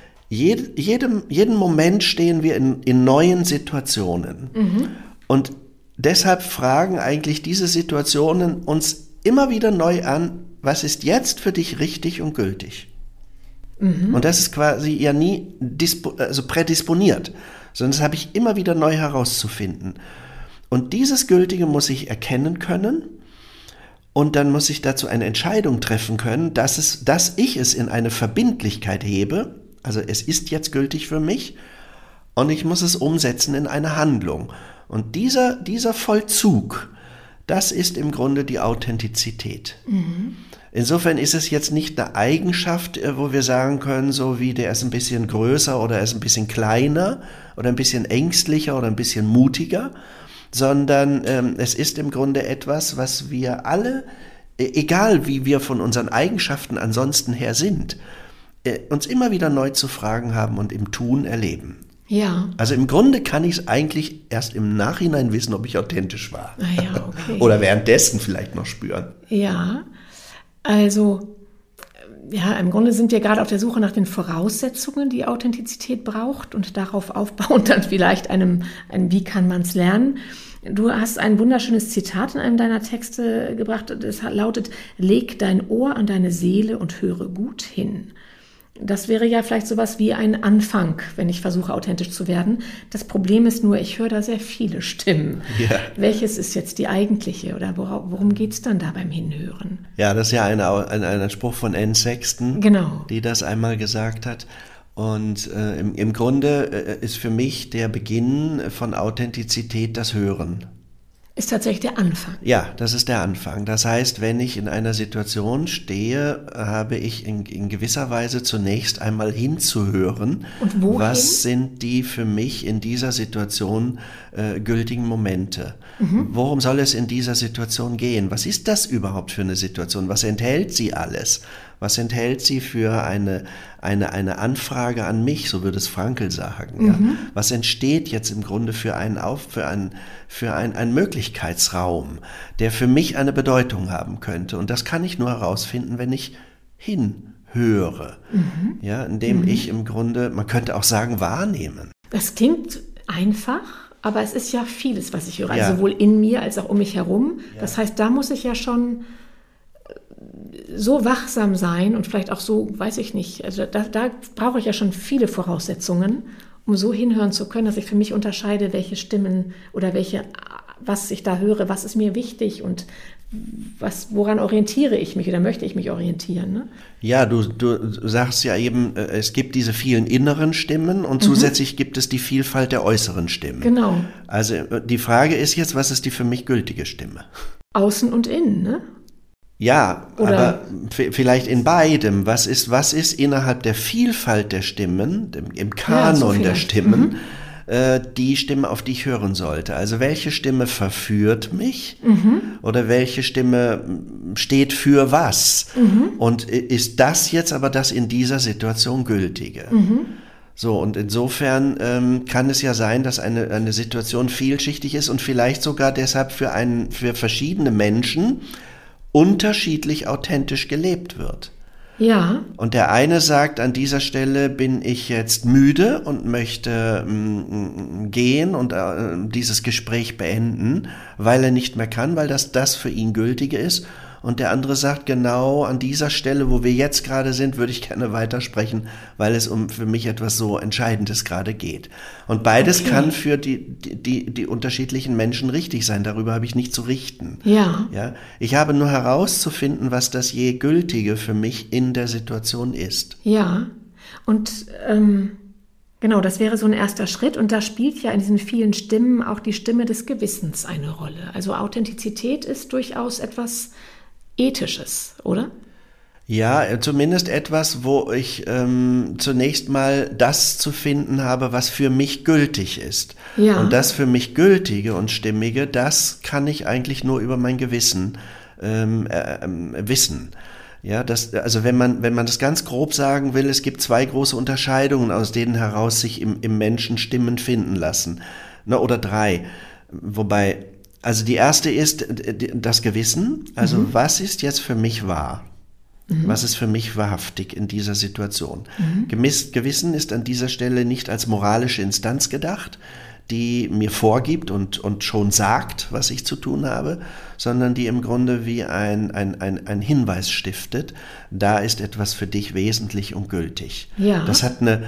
jeden Moment stehen wir in neuen Situationen. Und deshalb fragen eigentlich diese Situationen uns immer wieder neu an, was ist jetzt für dich richtig und gültig? Und das ist quasi ja nie prädisponiert, sondern das habe ich immer wieder neu herauszufinden. Und dieses Gültige muss ich erkennen können, und dann muss ich dazu eine Entscheidung treffen können, dass ich es in eine Verbindlichkeit hebe, also es ist jetzt gültig für mich, und ich muss es umsetzen in eine Handlung. Und dieser Vollzug, das ist im Grunde die Authentizität. Insofern ist es jetzt nicht eine Eigenschaft, wo wir sagen können, so wie der ist ein bisschen größer oder er ist ein bisschen kleiner oder ein bisschen ängstlicher oder ein bisschen mutiger, sondern es ist im Grunde etwas, was wir alle, egal wie wir von unseren Eigenschaften ansonsten her sind, uns immer wieder neu zu fragen haben und im Tun erleben. Ja. Also im Grunde kann ich es eigentlich erst im Nachhinein wissen, ob ich authentisch war. Ah ja, okay. Oder währenddessen vielleicht noch spüren. Ja, also Ja, im Grunde sind wir gerade auf der Suche nach den Voraussetzungen, die Authentizität braucht und darauf aufbauend dann vielleicht wie kann man es lernen. Du hast ein wunderschönes Zitat in einem deiner Texte gebracht. Das lautet: Leg dein Ohr an deine Seele und höre gut hin. Das wäre ja vielleicht sowas wie ein Anfang, wenn ich versuche, authentisch zu werden. Das Problem ist nur, ich höre da sehr viele Stimmen. Ja. Welches ist jetzt die eigentliche oder worum geht es dann da beim Hinhören? Ja, das ist ja ein Spruch von Anne Sexton, genau, die das einmal gesagt hat. Und im Grunde ist für mich der Beginn von Authentizität das Hören. Ist tatsächlich der Anfang. Ja, das ist der Anfang. Das heißt, wenn ich in einer Situation stehe, habe ich in gewisser Weise zunächst einmal hinzuhören. Und wohin? Was sind die für mich in dieser Situation gültigen Momente? Worum soll es in dieser Situation gehen? Was ist das überhaupt für eine Situation? Was enthält sie alles? Was enthält sie für eine Anfrage an mich, so würde es Frankl sagen. Ja? Was entsteht jetzt im Grunde für einen Möglichkeitsraum, der für mich eine Bedeutung haben könnte? Und das kann ich nur herausfinden, wenn ich hinhöre, ja, indem ich im Grunde, man könnte auch sagen, wahrnehmen. Das klingt einfach, aber es ist ja vieles, was ich höre, Ja. also sowohl in mir als auch um mich herum. Ja. Das heißt, da muss ich ja schon so wachsam sein und vielleicht auch so, weiß ich nicht, also da brauche ich ja schon viele Voraussetzungen, um so hinhören zu können, dass ich für mich unterscheide, welche Stimmen oder was ich da höre, was ist mir wichtig und woran orientiere ich mich oder möchte ich mich orientieren, ne? Ja, du sagst ja eben, es gibt diese vielen inneren Stimmen und zusätzlich gibt es die Vielfalt der äußeren Stimmen. Genau. Also die Frage ist jetzt, was ist die für mich gültige Stimme? Außen und innen, ne? Ja, Oder aber vielleicht in beidem. Was ist innerhalb der Vielfalt der Stimmen, im Kanon der Stimmen, die Stimme, auf die ich hören sollte? Also welche Stimme verführt mich oder welche Stimme steht für was? Und ist das jetzt aber das in dieser Situation Gültige? So, und insofern kann es ja sein, dass eine Situation vielschichtig ist und vielleicht sogar deshalb für verschiedene Menschen unterschiedlich authentisch gelebt wird. Ja. Und der eine sagt, an dieser Stelle bin ich jetzt müde und möchte gehen und dieses Gespräch beenden, weil er nicht mehr kann, weil das für ihn Gültige ist. Und der andere sagt, genau an dieser Stelle, wo wir jetzt gerade sind, würde ich gerne weitersprechen, weil es für mich etwas so Entscheidendes gerade geht. Und beides kann für die unterschiedlichen Menschen richtig sein. Darüber habe ich nicht zu richten. Ja. Ja. Ich habe nur herauszufinden, was das je Gültige für mich in der Situation ist. Ja. Und genau, das wäre so ein erster Schritt. Und da spielt ja in diesen vielen Stimmen auch die Stimme des Gewissens eine Rolle. Also Authentizität ist durchaus etwas Ethisches, oder? Ja, zumindest etwas, wo ich zunächst mal das zu finden habe, was für mich gültig ist. Ja. Und das für mich Gültige und Stimmige, das kann ich eigentlich nur über mein Gewissen wissen. Ja, also wenn man das ganz grob sagen will, es gibt zwei große Unterscheidungen, aus denen heraus sich im Menschen Stimmen finden lassen. Oder drei. Wobei, also die erste ist das Gewissen. Also was ist jetzt für mich wahr? Was ist für mich wahrhaftig in dieser Situation? Gewissen ist an dieser Stelle nicht als moralische Instanz gedacht, die mir vorgibt und schon sagt, was ich zu tun habe, sondern die im Grunde wie ein Hinweis stiftet, da ist etwas für dich wesentlich und gültig. Ja. Das hat eine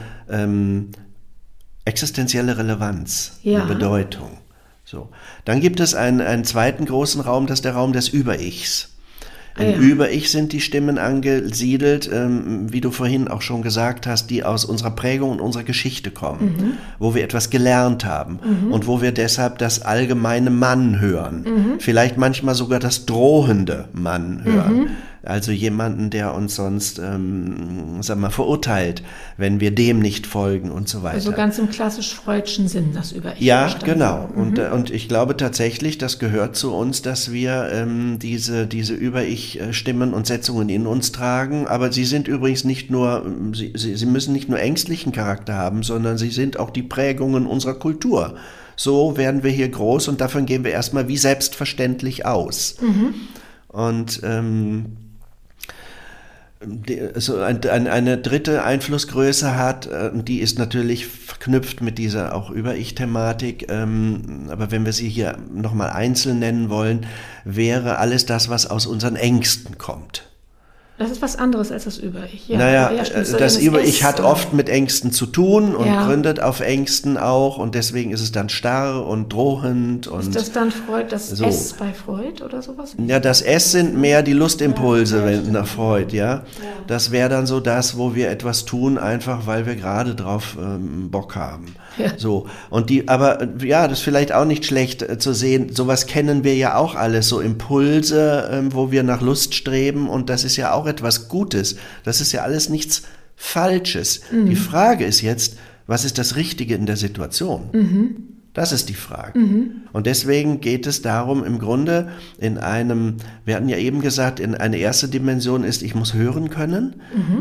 existenzielle Relevanz, Ja. eine Bedeutung. So. Dann gibt es einen zweiten großen Raum, das ist der Raum des Über-Ichs. Im Über-Ich sind die Stimmen angesiedelt, wie du vorhin auch schon gesagt hast, die aus unserer Prägung und unserer Geschichte kommen, wo wir etwas gelernt haben und wo wir deshalb das allgemeine Mann hören, vielleicht manchmal sogar das drohende Mann hören. Also jemanden, der uns sonst, verurteilt, wenn wir dem nicht folgen und so weiter. Also ganz im klassisch freudschen Sinn, das Über-Ich. Ja, genau. Und ich glaube tatsächlich, das gehört zu uns, dass wir diese Über-Ich-Stimmen und Setzungen in uns tragen. Aber sie sind übrigens nicht nur, sie müssen nicht nur ängstlichen Charakter haben, sondern sie sind auch die Prägungen unserer Kultur. So werden wir hier groß und davon gehen wir erstmal wie selbstverständlich aus. Und so eine dritte Einflussgröße hat, die ist natürlich verknüpft mit dieser auch Über-Ich-Thematik, aber wenn wir sie hier nochmal einzeln nennen wollen, wäre alles das, was aus unseren Ängsten kommt. Das ist was anderes als das Über-Ich. Ja, naja, das Über-Ich hat oft mit Ängsten zu tun und gründet auf Ängsten auch und deswegen ist es dann starr und drohend. Und ist das dann Freud, das so. S bei Freud oder sowas? Ja, das S sind mehr die Lustimpulse nach Freud, ja. Das wäre dann so das, wo wir etwas tun, einfach weil wir gerade drauf Bock haben. Ja. So. Aber das ist vielleicht auch nicht schlecht zu sehen, sowas kennen wir ja auch alles, so Impulse, wo wir nach Lust streben und das ist ja auch etwas Gutes. Das ist ja alles nichts Falsches. Die Frage ist jetzt, was ist das Richtige in der Situation? Das ist die Frage. Und deswegen geht es darum, im Grunde wir hatten ja eben gesagt, eine erste Dimension ist, ich muss hören können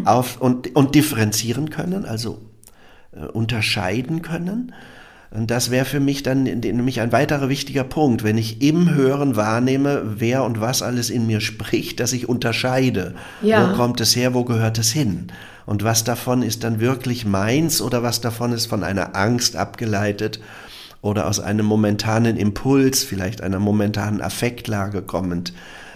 und differenzieren können, also unterscheiden können. Und das wäre für mich dann nämlich ein weiterer wichtiger Punkt, wenn ich im Hören wahrnehme, wer und was alles in mir spricht, dass ich unterscheide. Ja. Wo kommt es her, wo gehört es hin? Und was davon ist dann wirklich meins oder was davon ist von einer Angst abgeleitet oder aus einem momentanen Impuls, vielleicht einer momentanen Affektlage kommend,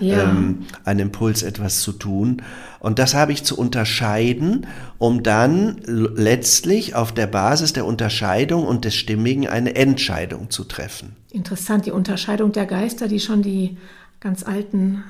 ein Impuls, etwas zu tun. Und das habe ich zu unterscheiden, um dann letztlich auf der Basis der Unterscheidung und des Stimmigen eine Entscheidung zu treffen. Interessant, die Unterscheidung der Geister, die schon die ganz alten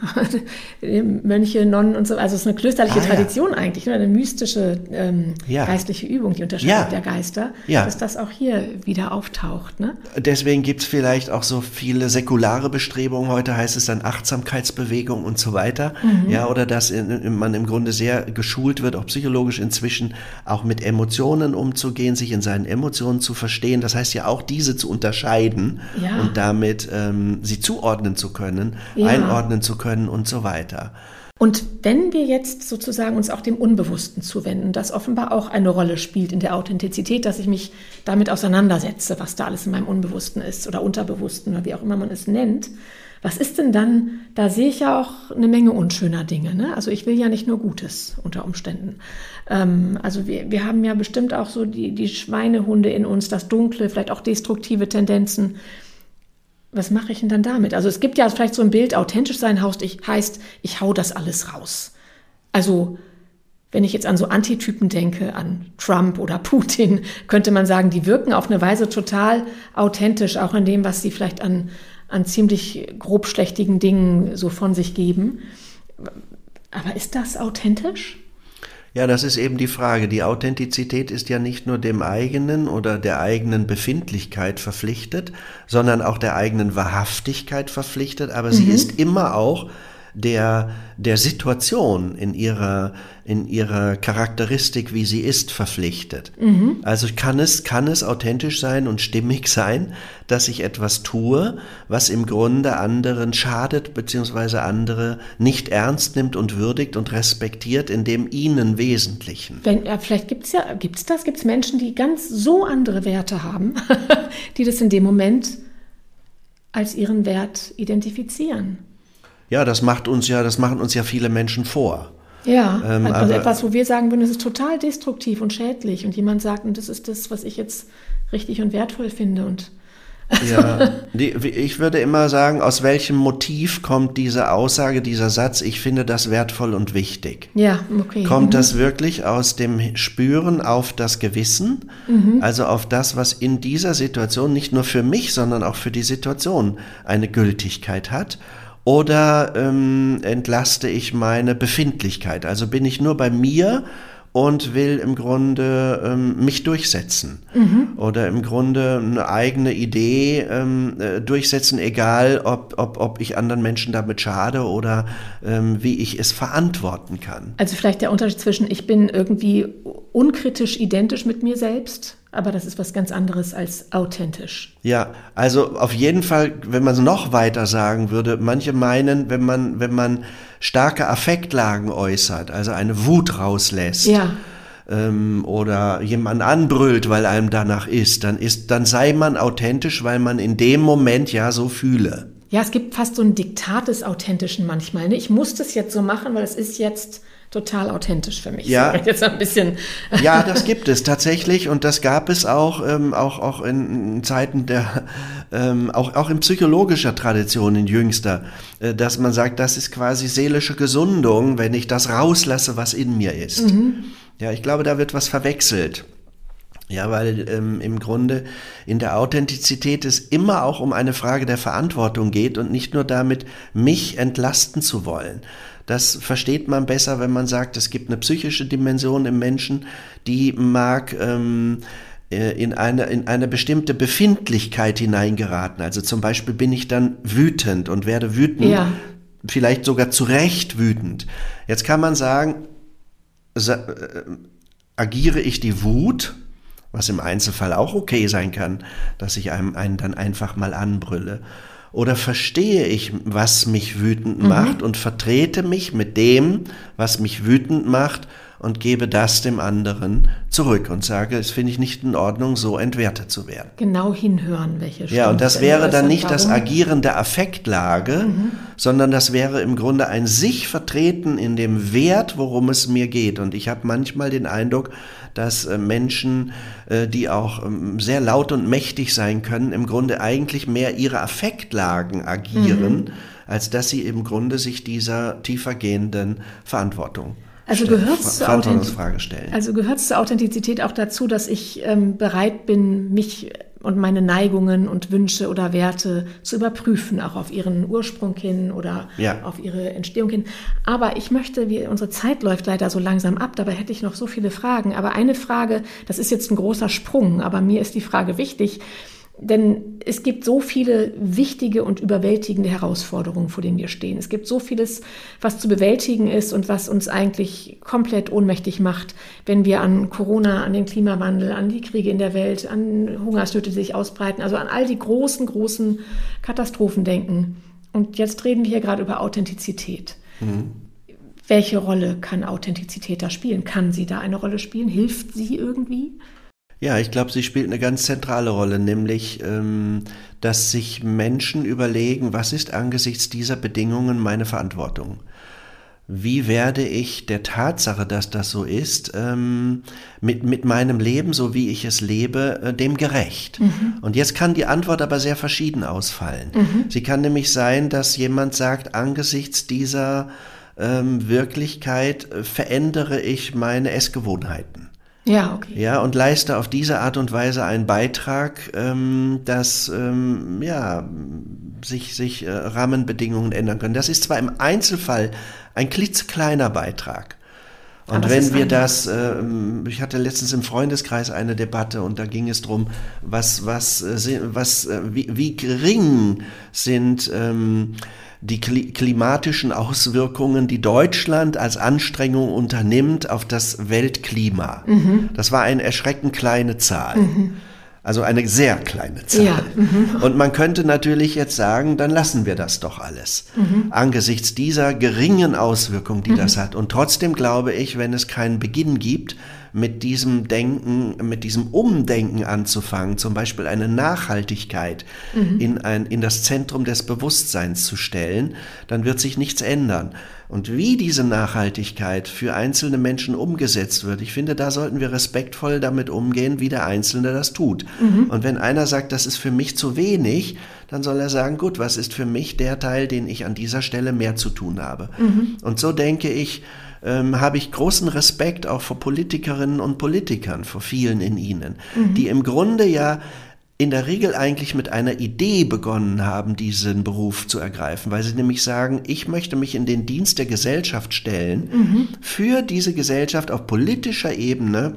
Mönche, Nonnen und so, also es ist eine klösterliche Tradition eigentlich, eine mystische geistliche Übung, die Unterscheidung der Geister, dass das auch hier wieder auftaucht. Ne? Deswegen gibt es vielleicht auch so viele säkulare Bestrebungen, heute heißt es dann Achtsamkeitsbewegung und so weiter, oder dass man im Grunde sehr geschult wird, auch psychologisch inzwischen, auch mit Emotionen umzugehen, sich in seinen Emotionen zu verstehen, das heißt ja auch diese zu unterscheiden und damit sie zuordnen zu können, einordnen zu können und so weiter. Und wenn wir jetzt sozusagen uns auch dem Unbewussten zuwenden, das offenbar auch eine Rolle spielt in der Authentizität, dass ich mich damit auseinandersetze, was da alles in meinem Unbewussten ist oder Unterbewussten oder wie auch immer man es nennt, was ist denn dann, da sehe ich ja auch eine Menge unschöner Dinge, ne? Also ich will ja nicht nur Gutes unter Umständen. Also wir haben ja bestimmt auch so die Schweinehunde in uns, das Dunkle, vielleicht auch destruktive Tendenzen. Was mache ich denn dann damit? Also es gibt ja vielleicht so ein Bild, authentisch sein heißt, ich hau das alles raus. Also wenn ich jetzt an so Antitypen denke, an Trump oder Putin, könnte man sagen, die wirken auf eine Weise total authentisch, auch in dem, was sie vielleicht an ziemlich grobschlächtigen Dingen so von sich geben. Aber ist das authentisch? Ja, das ist eben die Frage. Die Authentizität ist ja nicht nur dem eigenen oder der eigenen Befindlichkeit verpflichtet, sondern auch der eigenen Wahrhaftigkeit verpflichtet, aber sie ist immer auch der Situation in ihrer Charakteristik, wie sie ist, verpflichtet. Also kann es authentisch sein und stimmig sein, dass ich etwas tue, was im Grunde anderen schadet, beziehungsweise andere nicht ernst nimmt und würdigt und respektiert in dem ihnen Wesentlichen. Vielleicht gibt's Menschen, die ganz so andere Werte haben, die das in dem Moment als ihren Wert identifizieren. Ja, das machen uns ja viele Menschen vor. Ja, also etwas, wo wir sagen würden, das ist total destruktiv und schädlich und jemand sagt, und das ist das, was ich jetzt richtig und wertvoll finde und ja, ich würde immer sagen, aus welchem Motiv kommt diese Aussage, dieser Satz, ich finde das wertvoll und wichtig? Ja, okay. Kommt das wirklich aus dem Spüren auf das Gewissen, also auf das, was in dieser Situation nicht nur für mich, sondern auch für die Situation eine Gültigkeit hat? Oder entlaste ich meine Befindlichkeit? Also bin ich nur bei mir und will im Grunde mich durchsetzen oder im Grunde eine eigene Idee durchsetzen, egal ob ich anderen Menschen damit schade oder wie ich es verantworten kann. Also vielleicht der Unterschied zwischen ich bin irgendwie unkritisch identisch mit mir selbst, aber das ist was ganz anderes als authentisch. Ja, also auf jeden Fall, wenn man es noch weiter sagen würde, manche meinen, wenn man starke Affektlagen äußert, also eine Wut rauslässt, oder jemand anbrüllt, weil einem danach ist, dann sei man authentisch, weil man in dem Moment ja so fühle. Ja, es gibt fast so ein Diktat des Authentischen manchmal. Ne? Ich muss das jetzt so machen, weil es ist jetzt total authentisch für mich. Ja. Jetzt ein bisschen. Ja, das gibt es tatsächlich und das gab es auch in Zeiten auch in psychologischer Tradition, in jüngster, dass man sagt, das ist quasi seelische Gesundung, wenn ich das rauslasse, was in mir ist. Ja, ich glaube, da wird was verwechselt. Ja, weil im Grunde in der Authentizität es immer auch um eine Frage der Verantwortung geht und nicht nur damit, mich entlasten zu wollen. Das versteht man besser, wenn man sagt, es gibt eine psychische Dimension im Menschen, die mag in eine bestimmte Befindlichkeit hineingeraten. Also zum Beispiel bin ich dann wütend und werde wütend, vielleicht sogar zu Recht wütend. Jetzt kann man sagen, agiere ich die Wut, was im Einzelfall auch okay sein kann, dass ich einen dann einfach mal anbrülle. Oder verstehe ich, was mich wütend macht und vertrete mich mit dem, was mich wütend macht und gebe das dem anderen zurück und sage, es finde ich nicht in Ordnung, so entwertet zu werden. Genau hinhören, welche Stimme. Ja, und das wäre dann nicht das Agieren der Affektlage, sondern das wäre im Grunde ein sich vertreten in dem Wert, worum es mir geht. Und ich habe manchmal den Eindruck, dass Menschen, die auch sehr laut und mächtig sein können, im Grunde eigentlich mehr ihre Affektlagen agieren, als dass sie im Grunde sich dieser tiefergehenden Verantwortung gehört es zur Authentizität auch dazu, dass ich bereit bin, mich und meine Neigungen und Wünsche oder Werte zu überprüfen, auch auf ihren Ursprung hin oder auf ihre Entstehung hin. Aber ich möchte, unsere Zeit läuft leider so langsam ab, dabei hätte ich noch so viele Fragen. Aber eine Frage, das ist jetzt ein großer Sprung, aber mir ist die Frage wichtig, denn es gibt so viele wichtige und überwältigende Herausforderungen, vor denen wir stehen. Es gibt so vieles, was zu bewältigen ist und was uns eigentlich komplett ohnmächtig macht, wenn wir an Corona, an den Klimawandel, an die Kriege in der Welt, an Hungersnöte, die sich ausbreiten, also an all die großen Katastrophen denken. Und jetzt reden wir hier gerade über Authentizität. Welche Rolle kann Authentizität da spielen? Kann sie da eine Rolle spielen? Hilft sie irgendwie? Ja, ich glaube, sie spielt eine ganz zentrale Rolle, nämlich, dass sich Menschen überlegen, was ist angesichts dieser Bedingungen meine Verantwortung? Wie werde ich der Tatsache, dass das so ist, mit meinem Leben, so wie ich es lebe, dem gerecht? Und jetzt kann die Antwort aber sehr verschieden ausfallen. Sie kann nämlich sein, dass jemand sagt, angesichts dieser Wirklichkeit verändere ich meine Essgewohnheiten. Ja, okay. Ja, und leiste auf diese Art und Weise einen Beitrag, dass sich Rahmenbedingungen ändern können. Das ist zwar im Einzelfall ein klitzekleiner Beitrag. Und wenn wir ich hatte letztens im Freundeskreis eine Debatte und da ging es darum, wie gering sind die klimatischen Auswirkungen, die Deutschland als Anstrengung unternimmt auf das Weltklima. Das war eine erschreckend kleine Zahl. Also eine sehr kleine Zahl. Ja. Und man könnte natürlich jetzt sagen, dann lassen wir das doch alles. Angesichts dieser geringen Auswirkungen, die das hat. Und trotzdem glaube ich, wenn es keinen Beginn gibt, mit diesem Denken, mit diesem Umdenken anzufangen, zum Beispiel eine Nachhaltigkeit in das Zentrum des Bewusstseins zu stellen, dann wird sich nichts ändern. Und wie diese Nachhaltigkeit für einzelne Menschen umgesetzt wird, ich finde, da sollten wir respektvoll damit umgehen, wie der Einzelne das tut. Und wenn einer sagt, das ist für mich zu wenig, dann soll er sagen, gut, was ist für mich der Teil, den ich an dieser Stelle mehr zu tun habe? Und so denke ich, habe ich großen Respekt auch vor Politikerinnen und Politikern, vor vielen in ihnen, die im Grunde ja in der Regel eigentlich mit einer Idee begonnen haben, diesen Beruf zu ergreifen, weil sie nämlich sagen, ich möchte mich in den Dienst der Gesellschaft stellen, für diese Gesellschaft auf politischer Ebene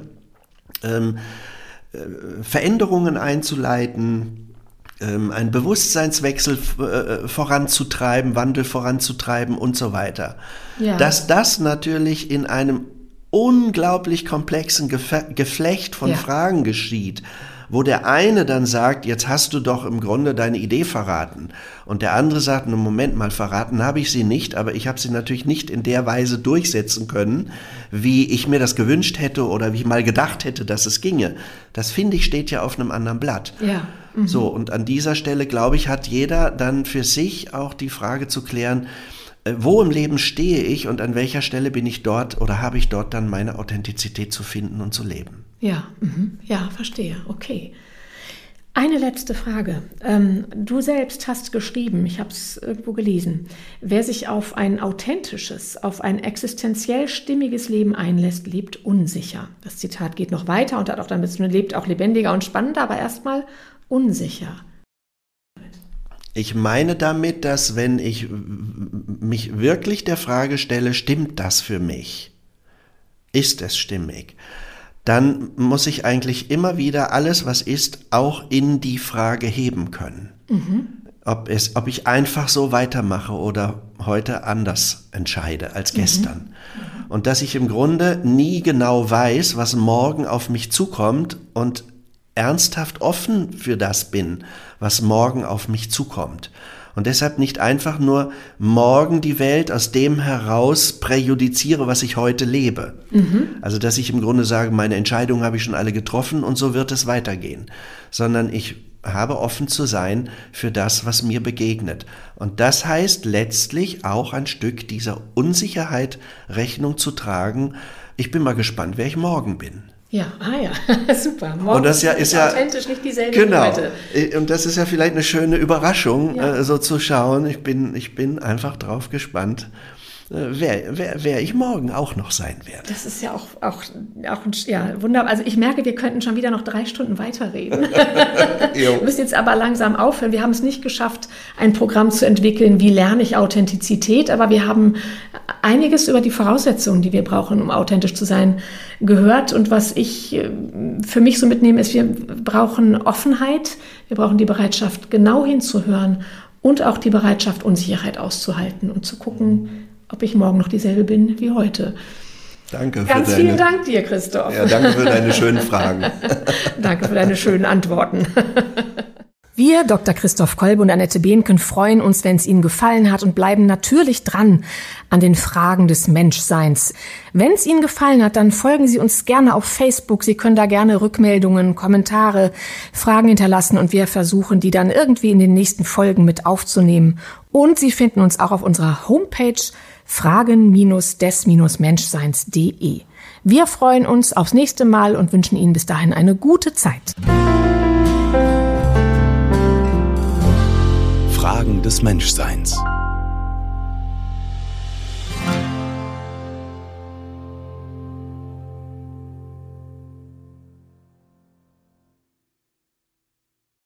Veränderungen einzuleiten, einen Bewusstseinswechsel voranzutreiben, Wandel voranzutreiben und so weiter. Ja. Dass das natürlich in einem unglaublich komplexen Geflecht von Fragen geschieht, wo der eine dann sagt, jetzt hast du doch im Grunde deine Idee verraten. Und der andere sagt, no, Moment mal, verraten habe ich sie nicht, aber ich habe sie natürlich nicht in der Weise durchsetzen können, wie ich mir das gewünscht hätte oder wie ich mal gedacht hätte, dass es ginge. Das, finde ich, steht ja auf einem anderen Blatt. Ja. So, und an dieser Stelle, glaube ich, hat jeder dann für sich auch die Frage zu klären, wo im Leben stehe ich und an welcher Stelle bin ich dort oder habe ich dort dann meine Authentizität zu finden und zu leben. Ja, ja, verstehe. Okay. Eine letzte Frage. Du selbst hast geschrieben, ich habe es irgendwo gelesen, wer sich auf ein authentisches, auf ein existenziell stimmiges Leben einlässt, lebt unsicher. Das Zitat geht noch weiter und hat auch damit zu tun, lebt auch lebendiger und spannender, aber erstmal unsicher. Ich meine damit, dass wenn ich mich wirklich der Frage stelle, stimmt das für mich? Ist es stimmig? Dann muss ich eigentlich immer wieder alles, was ist, auch in die Frage heben können. Ob ich einfach so weitermache oder heute anders entscheide als gestern. Und dass ich im Grunde nie genau weiß, was morgen auf mich zukommt und ernsthaft offen für das bin, was morgen auf mich zukommt. Und deshalb nicht einfach nur morgen die Welt aus dem heraus präjudiziere, was ich heute lebe. Also dass ich im Grunde sage, meine Entscheidungen habe ich schon alle getroffen und so wird es weitergehen. Sondern ich habe offen zu sein für das, was mir begegnet. Und das heißt letztlich auch ein Stück dieser Unsicherheit Rechnung zu tragen. Ich bin mal gespannt, wer ich morgen bin. Ja, super. Morgen und das ist ja authentisch nicht dieselbe wie heute. Und das ist ja vielleicht eine schöne Überraschung, so zu schauen. Ich bin einfach drauf gespannt, wer ich morgen auch noch sein werde. Das ist ja auch wunderbar. Also ich merke, wir könnten schon wieder noch 3 Stunden weiterreden. Wir müssen jetzt aber langsam aufhören. Wir haben es nicht geschafft, ein Programm zu entwickeln, wie lerne ich Authentizität, aber wir haben einiges über die Voraussetzungen, die wir brauchen, um authentisch zu sein, gehört. Und was ich für mich so mitnehme, ist, wir brauchen Offenheit, wir brauchen die Bereitschaft, genau hinzuhören und auch die Bereitschaft, Unsicherheit auszuhalten und zu gucken, ob ich morgen noch dieselbe bin wie heute. Danke. Vielen Dank dir, Christoph. Ja, danke für deine schönen Fragen. Danke für deine schönen Antworten. Wir, Dr. Christoph Kolbe und Annette Behnken, freuen uns, wenn es Ihnen gefallen hat und bleiben natürlich dran an den Fragen des Menschseins. Wenn es Ihnen gefallen hat, dann folgen Sie uns gerne auf Facebook. Sie können da gerne Rückmeldungen, Kommentare, Fragen hinterlassen und wir versuchen, die dann irgendwie in den nächsten Folgen mit aufzunehmen. Und Sie finden uns auch auf unserer Homepage fragen-des-menschseins.de. Wir freuen uns aufs nächste Mal und wünschen Ihnen bis dahin eine gute Zeit. Fragen des Menschseins.